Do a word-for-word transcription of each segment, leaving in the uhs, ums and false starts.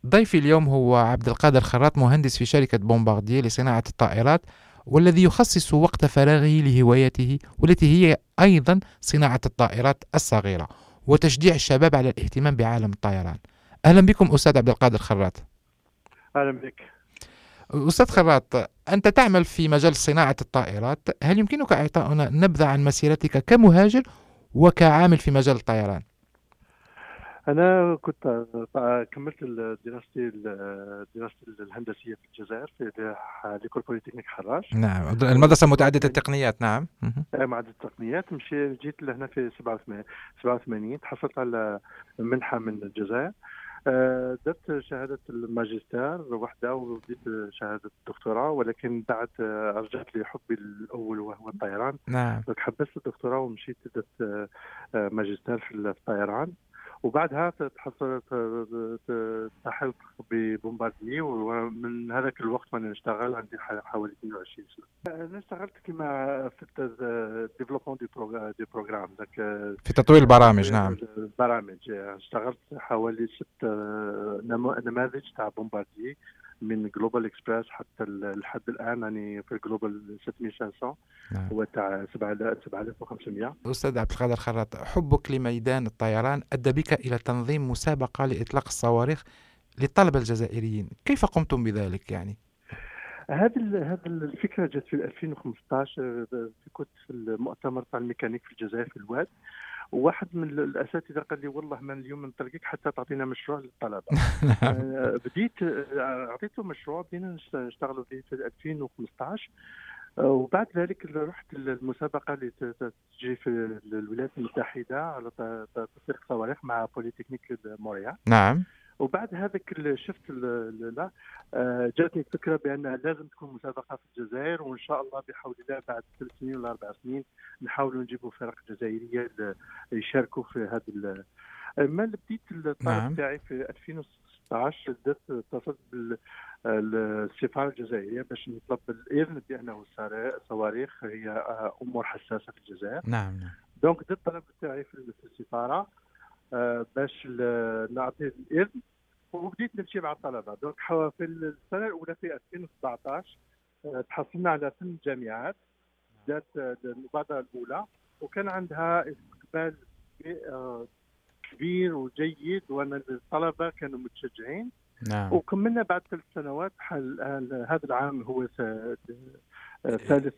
ضيفي اليوم هو عبد القادر خراط، مهندس في شركة بومباردييه لصناعة الطائرات، والذي يخصص وقت فراغه لهوايته والتي هي أيضا صناعة الطائرات الصغيرة وتشجيع الشباب على الاهتمام بعالم الطيران. أهلا بكم أستاذ عبد القادر خراط. أهلا بك. أستاذ خراط، أنت تعمل في مجال صناعة الطائرات، هل يمكنك إعطاؤنا نبذة عن مسيرتك كمهاجر وكعامل في مجال الطيران؟ أنا كنت ط- كملت ال- دراستي ال- دراستي الهندسية في الجزائر في ليكول بوليتكنيك حراش. نعم، المدرسة متعددة و87 التقنيات. نعم. مهم. معهد التقنيات. مشي جيت لهنا في سبعة وثمانين سبعة وثمانين تحصلت على منحة من الجزائر. آه، درت شهادة الماجستير وحدة وبديت شهادة الدكتوراه، ولكن بعد آه، رجعت لي حبي الأول وهو الطيران. نعم. دونك حبست الدكتوراه ومشيت درت آه، آه، ماجستير في الطيران. وبعدها تحصلت التحقت ببومبارديي، ومن هذاك الوقت وانا نشتغل. عندي حوالي اثنين وعشرين سنه. انا اشتغلت كما في الديفلوبمون دي دي بروغرام ذاك في تطوير البرامج. نعم. تطوير البرامج. اشتغلت حوالي ست نمو- نماذج تاع بومبارديي من جلوبال اكسبريس حتى لحد الان، يعني في جلوبال ستمية وخمسمية نعم. هو تاع سبعة آلاف وخمسمية. أستاذ عبد القادر خراط، حبك لميدان الطيران أدى بك إلى تنظيم مسابقة لإطلاق الصواريخ للطلبة الجزائريين، كيف قمتم بذلك يعني؟ هذه ال- هذه الفكره جات في ألفين وخمسطاش. آه، كنت في المؤتمر تاع الميكانيك في الجزائر في الواد، وواحد من الاساتذه قال لي والله ما اليوم نطلقك حتى تعطينا مشروع للطلبه. نعم. آه، بديت آه، اعطيته مشروع، بدينا نشت- نشتغلوا به في ألفين وخمسطاش. آه، وبعد ذلك رحت المسابقه اللي ت- ت- تجري في الولايات المتحده على ت- ت- تطليق صواريخ مع بوليتكنيك موريال. نعم. وبعد هذاك ال- شفت ال- ال- لا آه، جاتني الفكره بان لازم تكون مسابقه في الجزائر، وان شاء الله بحول الله بعد ثلاث سنين ولا اربع سنين نحاولوا نجيبوا فرق جزائريه ل- يشاركوا في هذا ال- ما اللي بديت الطلب نعم. تاعي في ألفين وستطاش. درت اتصلت بالسفاره الجزائريه باش نطلب الاذن بانه الصواريخ هي آه، امور حساسه في الجزائر. نعم. نعم. دونك درت الطلب تاعي في في السفاره آه، باش ل- نعطي الاذن، وبديت نمشي مع الطلبه. دونك حوا- في السنه الاولى في ألفين وسبعطاش آه، تحصلنا على ثمان جامعات ذات آه، المبادره الاولى، وكان عندها استقبال آه، كبير وجيد، وان الطلبه كانوا متشجعين. نعم. وكملنا بعد ثلاث سنوات. حل هذا العام هو س- آه، ثالث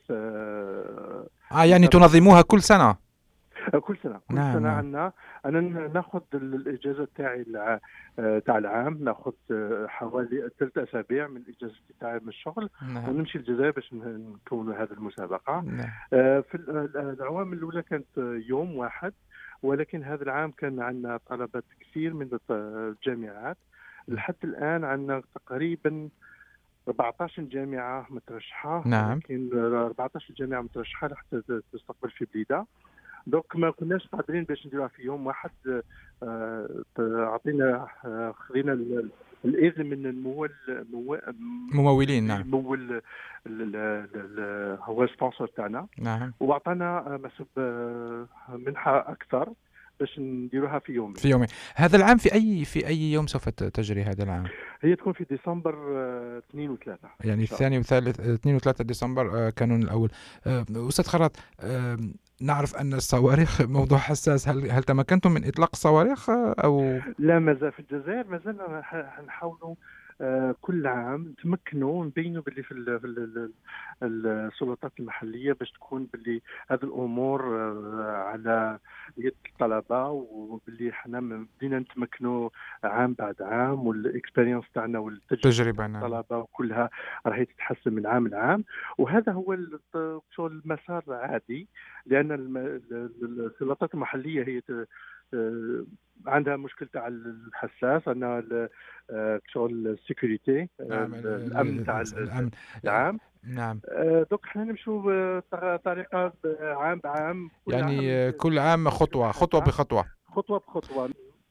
آه، آه يعني مسابقه. تنظموها كل سنة؟ كل سنه كل نعم. سنه نعم. عندنا. انا ناخذ الاجازه تاعي الع- آه، تاع العام، ناخذ آه، حوالي ثلاث اسابيع من الاجازه تاعي من الشغل، نعم. ونمشي الجزائر باش نكونوا هذه المسابقه. نعم. آه، في ال- آه، الاعوام الاولى كانت آه، يوم واحد، ولكن هذا العام كان عندنا طلبه كثير من الط- الجامعات. لحد الان عندنا تقريبا أربعطاش جامعه مترشحه، نعم. ولكن أربعطاش جامعه مترشحه حتى تستقبل في بليده. دوك ما كناش قادرين باش نديروها في يوم واحد. آه، عطينا آه، خذينا ال- الاذن من الممول مو- ممولين. اللي نعم. يمول ال- ال- ال- هو السبونسر تاعنا، نعم. واعطانا آه، مسب آه، منحه اكثر باش نديروها في يومين. في يومين. هذا العام في أي في أي يوم سوف ت- تجري هذا العام؟ هي تكون في ديسمبر آه، اثنين وثلاثة يعني ان شاء الله. الثاني والثالث، آه، اثنين وثلاثة ديسمبر، آه، كانون الأول. آه، أستاذ خراط، آه، نعرف أن الصواريخ موضوع حساس، هل هل تمكنتم من إطلاق الصواريخ آه، أو؟ لا، مازال في الجزائر مازلنا ح- نحاولوا آه، كل عام نتمكنوا نبينوا باللي في ال- في ال- ال- السلطات المحليه باش تكون باللي هذه الامور آه، على يد الطلبه، وباللي احنا م- بدينا نتمكنوا عام بعد عام، والاكسبيرينس تاعنا والتجربه تاع تجربة. نعم. الطلبه وكلها راهي تتحسن من عام لعام. وهذا هو ال- شغل المسار العادي، لان الم- ال- ال- السلطات المحليه هي ت- آه، عندها مشكل تاع الحساس، عندنا ال- آه، شغل السيكوريتي، آه، نعم. ال- الامن ال- تاع ال- الأمن. آه، العام. نعم. آه، دوك حنا نمشوا بطريقه عام بعام، كل يعني عام آه، كل عام نمشوا خطوة خطوة بحاجه، بخطوة. خطوه بخطوه.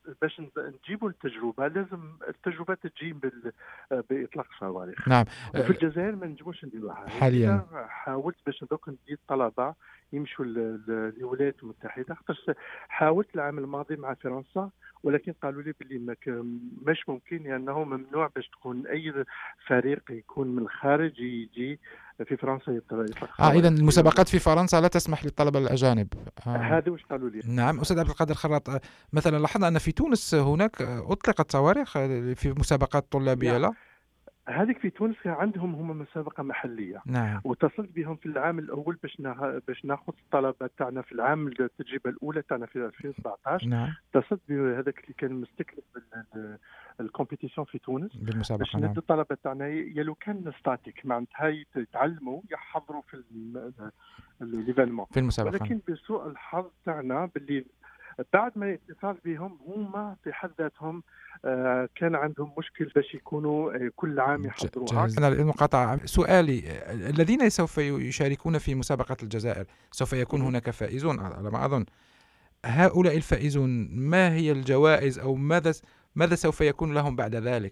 باش نجيبوا التجربه لازم التجربه تجي بال... باطلاق صواريخ. نعم. وفي الجزائر ما نجموش نديروها حاليا. حاولت باش دوك ندير طلبه يمشوا للولايات المتحده، خاطر حاولت العام الماضي مع فرنسا ولكن قالوا لي باللي ما مش ممكن، لانه ممنوع باش تكون اي فريق يكون من الخارج يجي في فرنسا يطلق. اه اذا المسابقات في فرنسا لا تسمح للطلبه الاجانب. آه. هذا واش قالوا لي. نعم استاذ عبد القادر خراط، مثلا لاحظنا ان في تونس هناك اطلقت صواريخ في مسابقات طلابيه. نعم. لا هذيك في تونس عندهم هم مسابقه محليه. نعم. واتصلت بهم في العام الاول باش نا... باش ناخذ الطلبه تاعنا في العام التجربه الاولى تاعنا في ألفين وسبعطاش. نعم. اتصلت بهذاك اللي كان مستكلف الكومبيتيسيون في تونس بالمسابقه. باش نعم. ندي الطلبه تاعنا يا لو كان ستاتيك معناتها يتعلموا يحضروا في ليفينمون في المسابقه. ولكن بسوء الحظ تاعنا باللي بعد ما اتصال بهم هما في حد ذاتهم آه كان عندهم مشكل باش يكونوا آه كل عام يحضروها. أنا المقاطعة سؤالي، الذين سوف يشاركون في مسابقة الجزائر سوف يكون هناك فائزون على ما أظن، هؤلاء الفائزون ما هي الجوائز أو ماذا ماذا سوف يكون لهم بعد ذلك؟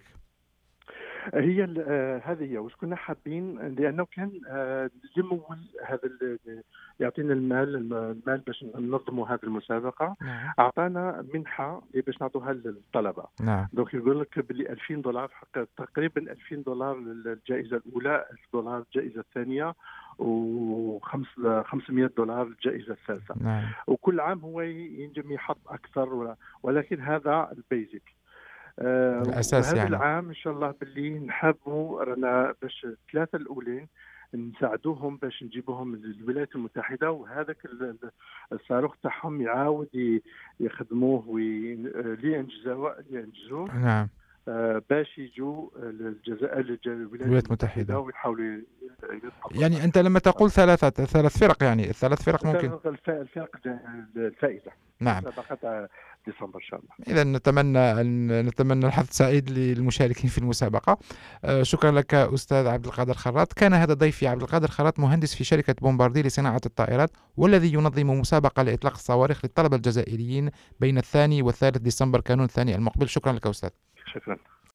هي آه هذه هي واش كنا حابين، لانه كان آه يمول هذا يعطينا المال المال باش ننظموا هذه المسابقه. نعم. اعطانا منحه باش نعطوها للطلبه. نعم. دونك يقول لك باللي ألفين دولار حق تقريبا ألفين دولار للجائزه الاولى، ألف دولار الجائزه الثانيه، وخمسمائة دولار الجائزه الثالثه. نعم. وكل عام هو ينجم يحط اكثر، ولكن هذا البيزك الأساس. هذا يعني العام إن شاء الله باللي نحبوا رانا باش الثلاثة الأولين نساعدوهم باش نجيبوهم للولايات المتحدة، وهذاك الصاروخ تاعهم يعاود يخدموه وينجزوه ينجزوه. نعم. باش يجوا للجزائر الولايات المتحدة ويحاولوا. يعني أنت لما تقول ثلاثة ثلاث فرق، يعني الثلاث فرق ممكن الفرق الفائزة. نعم. مسابقة ديسمبر إن شاء الله. إذا نتمنى أن نتمنى الحظ سعيد للمشاركين في المسابقة. آه شكرا لك أستاذ عبد القادر خراط. كان هذا ضيفي عبد القادر خراط، مهندس في شركة بومباردي لصناعة الطائرات، والذي ينظم مسابقة لإطلاق الصواريخ للطلبة الجزائريين بين الثاني والثالث ديسمبر كانون الثاني المقبل. شكرا لك أستاذ. شكرا.